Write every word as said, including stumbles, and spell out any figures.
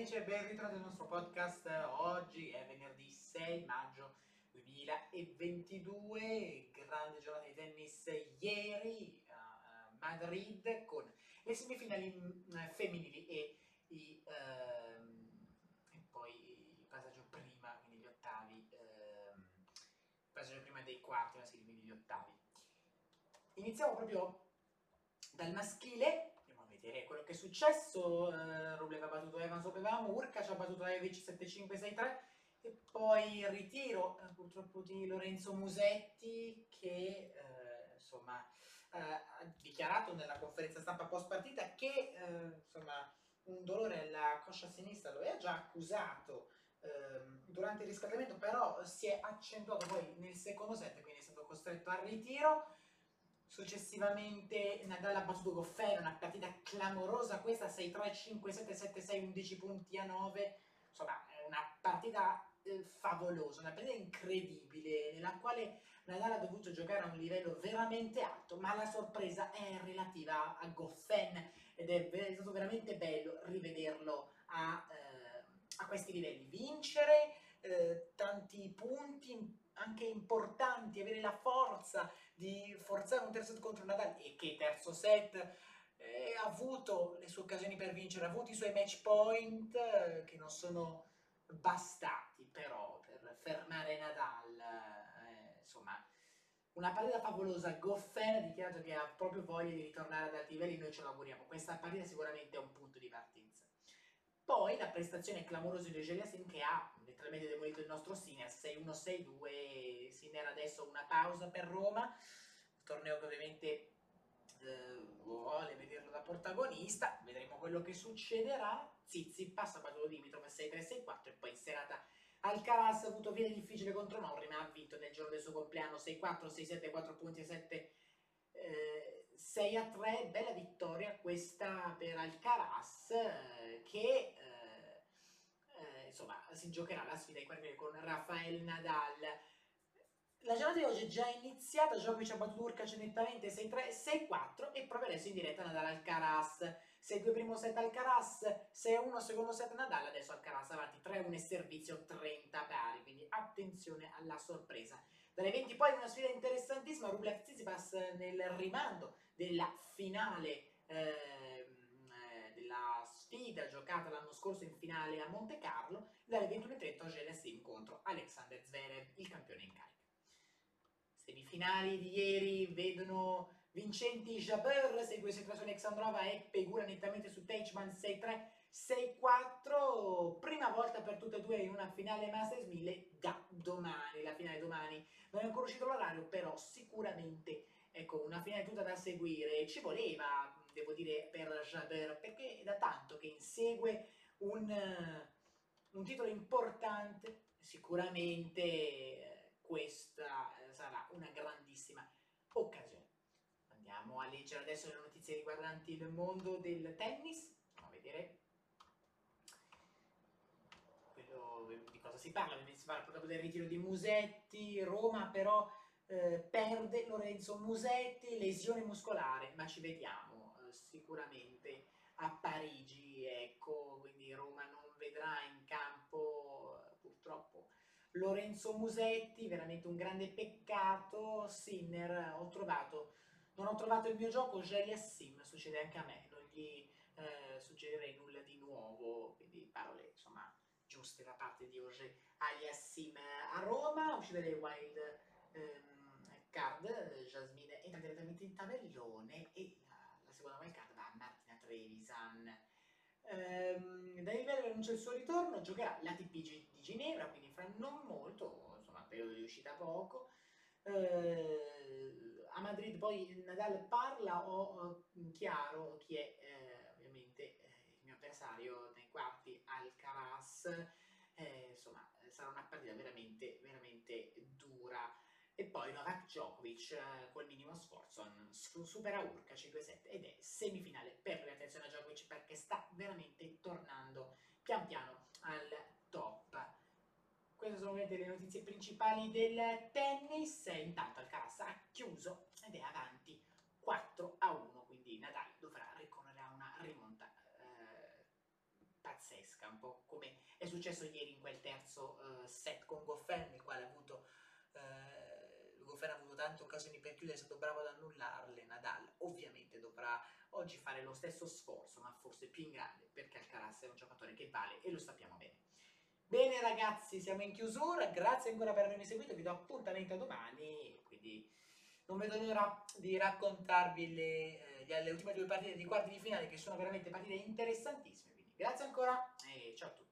amici e ben ritrovati al nostro podcast. Oggi è venerdì sei maggio duemilaventidue, grande giornata di tennis ieri a Madrid con le semifinali mm, femminili e, i, ehm, e poi il passaggio prima, quindi gli ottavi, ehm, il passaggio prima dei quarti maschili, quindi gli ottavi. Iniziamo proprio dal maschile. Andiamo a vedere quello che è successo. uh, Rublev ha battuto Evans Opevamo, Urkac ha battuto Aevic sette cinque sei tre e poi il ritiro eh, purtroppo di Lorenzo Musetti che eh, insomma eh, ha dichiarato nella conferenza stampa post partita che eh, insomma un dolore alla coscia sinistra lo aveva già accusato ehm, durante il riscaldamento, però si è accentuato poi nel secondo set, quindi è stato costretto al ritiro. Successivamente Nadal ha battuto Goffin, una partita clamorosa questa, sei tre, cinque sette, sette sei, undici punti a nove, insomma è una partita eh, favolosa, una partita incredibile nella quale Nadal ha dovuto giocare a un livello veramente alto, ma la sorpresa è relativa a Goffin ed è, è stato veramente bello rivederlo a, eh, a questi livelli, vincere eh, tanti punti anche importanti, avere la forza di forzare un terzo set contro Nadal, e che terzo set eh, ha avuto le sue occasioni per vincere, ha avuto i suoi match point eh, che non sono bastati però per fermare Nadal. Eh, insomma, una partita favolosa. Goffin ha dichiarato che ha proprio voglia di ritornare ad alti livelli, noi ce lo auguriamo. Questa partita sicuramente è un punto di partenza. Poi la prestazione clamorosa di Geliasin che ha letteralmente demolito il nostro Sinner, sei uno sei due, Sinner adesso una pausa per Roma, torneo che ovviamente eh, vuole vederlo da protagonista, vedremo quello che succederà. Tsitsipas ha battuto Dimitrov sei tre sei quattro e poi in serata Alcaraz ha avuto via difficile contro Norri, ma ha vinto nel giorno del suo compleanno sei quattro sei sette, quattro punti e sette eh, sei a tre, bella vittoria questa per Alcaraz eh, che eh, eh, insomma si giocherà la sfida ai quarti con Rafael Nadal. La giornata di oggi è già iniziata, Djokovic ha battuto Urkac nettamente sei tre sei quattro e proprio adesso in diretta Nadal Alcaraz. sei due primo set Alcaraz, sei a uno secondo set Nadal, adesso Alcaraz avanti tre a uno e servizio trenta pari, quindi attenzione alla sorpresa. Dalle venti poi una sfida interessantissima, Rublev Tsitsipas nel rimando della finale ehm, eh, della sfida giocata l'anno scorso in finale a Monte Carlo, dalle ventuno e trenta Auger Sim contro Alexander Zverev, il campione in carica. Semifinali di ieri vedono vincenti Jabeur, segue situazione Alexandrova e Pegula nettamente su Teichmann sei tre sei quattro, prima volta per tutte e due in una finale Masters mille da domani, la finale domani. Non è ancora uscito l'orario, però sicuramente ecco, una finale tutta da seguire. Ci voleva, devo dire, per Jabeur, perché è da tanto che insegue un, uh, un titolo importante, sicuramente eh, questa eh, sarà una grandissima occasione. Andiamo a leggere adesso le notizie riguardanti il mondo del tennis. Andiamo a vedere quello di cosa si parla. Ovviamente si parla proprio del ritiro di Musetti. Roma però eh, perde Lorenzo Musetti, lesione muscolare, ma ci vediamo eh, sicuramente a Parigi, ecco, quindi Roma non vedrà in campo eh, purtroppo Lorenzo Musetti, veramente un grande peccato. Sinner, ho trovato, non ho trovato il mio gioco, Geli Sim, succede anche a me, non gli eh, suggerirei nulla di nuovo, quindi parole insomma giuste da parte di Auger Aliassim. A Roma uscite le wild ehm, card, Jasmine entra direttamente in tabellone e la, la seconda wild card va a Martina Trevisan. Ehm, Daniel Medvedev annuncia il suo ritorno, giocherà l'A T P di Ginevra, quindi fra non molto, insomma, periodo di uscita poco. Eh, a Madrid poi Nadal parla, ho eh, chiaro chi è eh, ovviamente eh, il mio avversario nei quarti, Alcaraz. Eh, insomma, sarà una partita veramente, veramente dura. E poi Novak Djokovic eh, col minimo sforzo su- supera Urkac cinque sette ed è semifinale. Per l'attenzione a Djokovic perché sta veramente tornando pian piano al top. Queste sono ovviamente le notizie principali del tennis. Intanto Alcaraz ha chiuso ed è avanti quattro a uno, quindi Nadal dovrà ricorrere a una rimonta eh, pazzesca, un po' come è successo ieri in quel terzo uh, set con Goffin, nel quale ha avuto uh, Goffin ha avuto tante occasioni per chiudere, è stato bravo ad annullarle. Nadal ovviamente dovrà oggi fare lo stesso sforzo, ma forse più in grande, perché Alcaraz è un giocatore che vale e lo sappiamo bene. Bene ragazzi, siamo in chiusura, grazie ancora per avermi seguito, vi do appuntamento a domani, quindi non vedo l'ora di raccontarvi le, eh, le ultime due partite di quarti di finale, che sono veramente partite interessantissime, quindi grazie ancora e ciao a tutti.